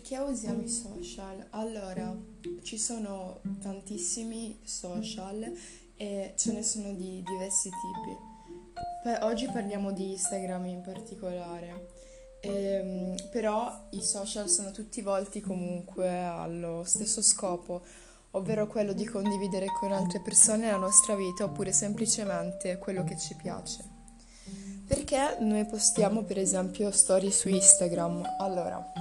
Perché usiamo i social? Allora, ci sono tantissimi social e ce ne sono di diversi tipi. Oggi parliamo di Instagram in particolare. Però i social sono tutti volti comunque allo stesso scopo, ovvero quello di condividere con altre persone la nostra vita oppure semplicemente quello che ci piace. Perché noi postiamo per esempio storie su Instagram? Allora,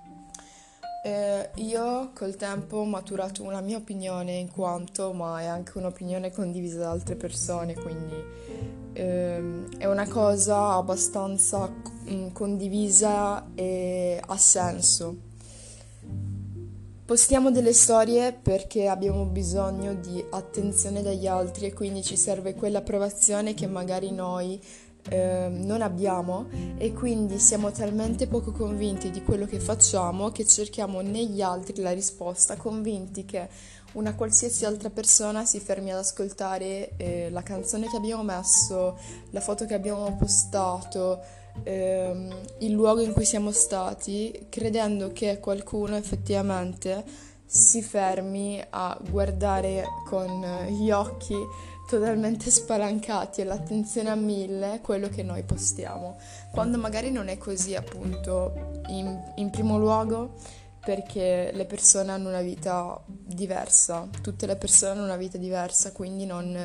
io col tempo ho maturato una mia opinione in quanto, ma è anche un'opinione condivisa da altre persone, quindi è una cosa abbastanza condivisa e ha senso. Postiamo delle storie perché abbiamo bisogno di attenzione dagli altri e quindi ci serve quell'approvazione che magari noi non abbiamo e quindi siamo talmente poco convinti di quello che facciamo che cerchiamo negli altri la risposta, convinti che una qualsiasi altra persona si fermi ad ascoltare la canzone che abbiamo messo, la foto che abbiamo postato, il luogo in cui siamo stati, credendo che qualcuno effettivamente si fermi a guardare con gli occhi totalmente spalancati e l'attenzione a mille quello che noi postiamo, quando magari non è così, appunto, in primo luogo perché le persone hanno una vita diversa, tutte le persone hanno una vita diversa, quindi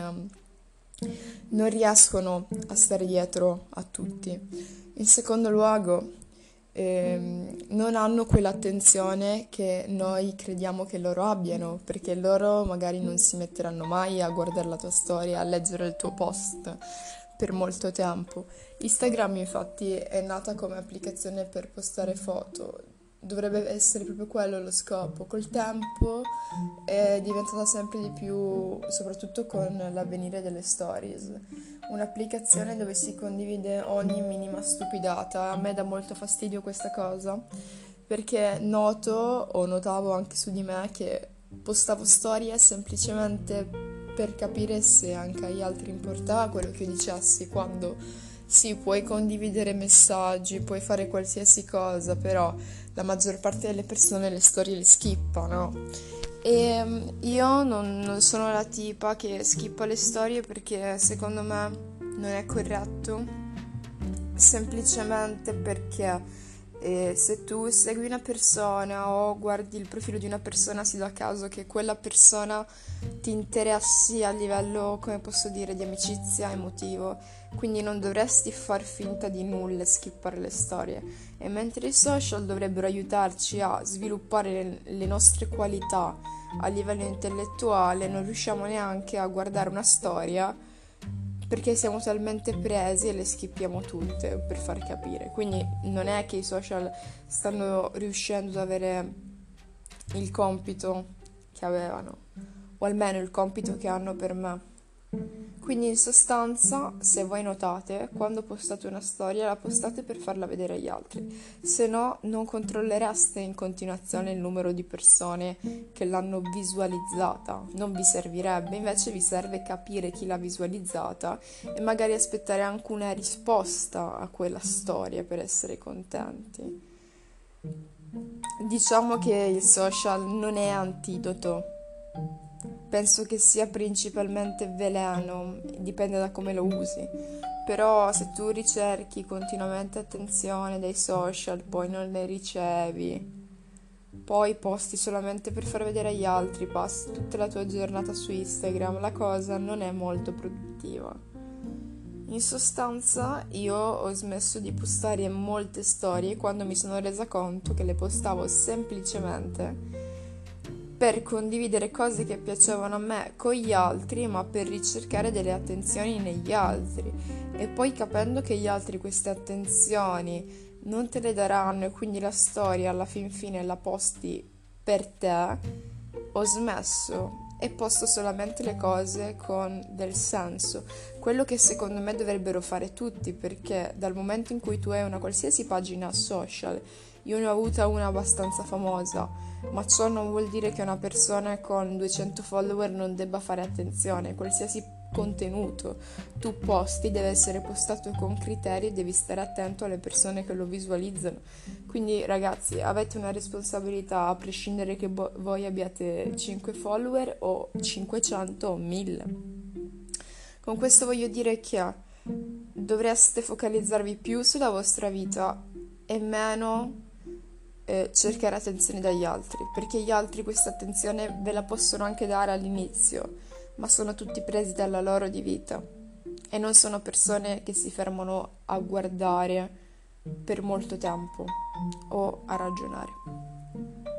non riescono a stare dietro a tutti. In secondo luogo, non hanno quell'attenzione che noi crediamo che loro abbiano, perché loro magari non si metteranno mai a guardare la tua storia, a leggere il tuo post per molto tempo. Instagram infatti è nata come applicazione per postare foto, dovrebbe essere proprio quello lo scopo. Col tempo è diventata sempre di più, soprattutto con l'avvenire delle stories, un'applicazione dove si condivide ogni minima stupidata. A me dà molto fastidio questa cosa, perché notavo anche su di me che postavo storie semplicemente per capire se anche agli altri importava quello che io dicessi, quando sì, puoi condividere messaggi, puoi fare qualsiasi cosa, però la maggior parte delle persone le storie le skippa, no? Io non sono la tipa che skippa le storie perché secondo me non è corretto, semplicemente perché se tu segui una persona o guardi il profilo di una persona si dà caso che quella persona ti interessi a livello, come posso dire, di amicizia emotivo, quindi non dovresti far finta di nulla e skippare le storie. E mentre i social dovrebbero aiutarci a sviluppare le nostre qualità a livello intellettuale, non riusciamo neanche a guardare una storia perché siamo talmente presi e le skippiamo tutte per far capire. Quindi non è che i social stanno riuscendo ad avere il compito che avevano, o almeno il compito che hanno per me. Quindi in sostanza, se voi notate, quando postate una storia la postate per farla vedere agli altri, se no non controllereste in continuazione il numero di persone che l'hanno visualizzata, non vi servirebbe, invece vi serve capire chi l'ha visualizzata e magari aspettare anche una risposta a quella storia per essere contenti. Diciamo che il social non è antidoto. Penso che sia principalmente veleno, dipende da come lo usi. Però se tu ricerchi continuamente attenzione dai social, poi non ne ricevi, poi posti solamente per far vedere agli altri, passi tutta la tua giornata su Instagram, la cosa non è molto produttiva. In sostanza, io ho smesso di postare molte storie quando mi sono resa conto che le postavo semplicemente per condividere cose che piacevano a me con gli altri, ma per ricercare delle attenzioni negli altri. E poi capendo che gli altri queste attenzioni non te le daranno e quindi la storia alla fin fine la posti per te, ho smesso e posto solamente le cose con del senso, quello che secondo me dovrebbero fare tutti, perché dal momento in cui tu hai una qualsiasi pagina social, io ne ho avuta una abbastanza famosa, ma ciò non vuol dire che una persona con 200 follower non debba fare attenzione. Qualsiasi contenuto. Tu posti, deve essere postato con criteri e devi stare attento alle persone che lo visualizzano. Quindi ragazzi, avete una responsabilità a prescindere che voi abbiate 5 follower o 500 o 1000. Con questo voglio dire che dovreste focalizzarvi più sulla vostra vita e meno cercare attenzione dagli altri, perché gli altri questa attenzione ve la possono anche dare all'inizio, ma sono tutti presi dalla loro di vita e non sono persone che si fermano a guardare per molto tempo o a ragionare.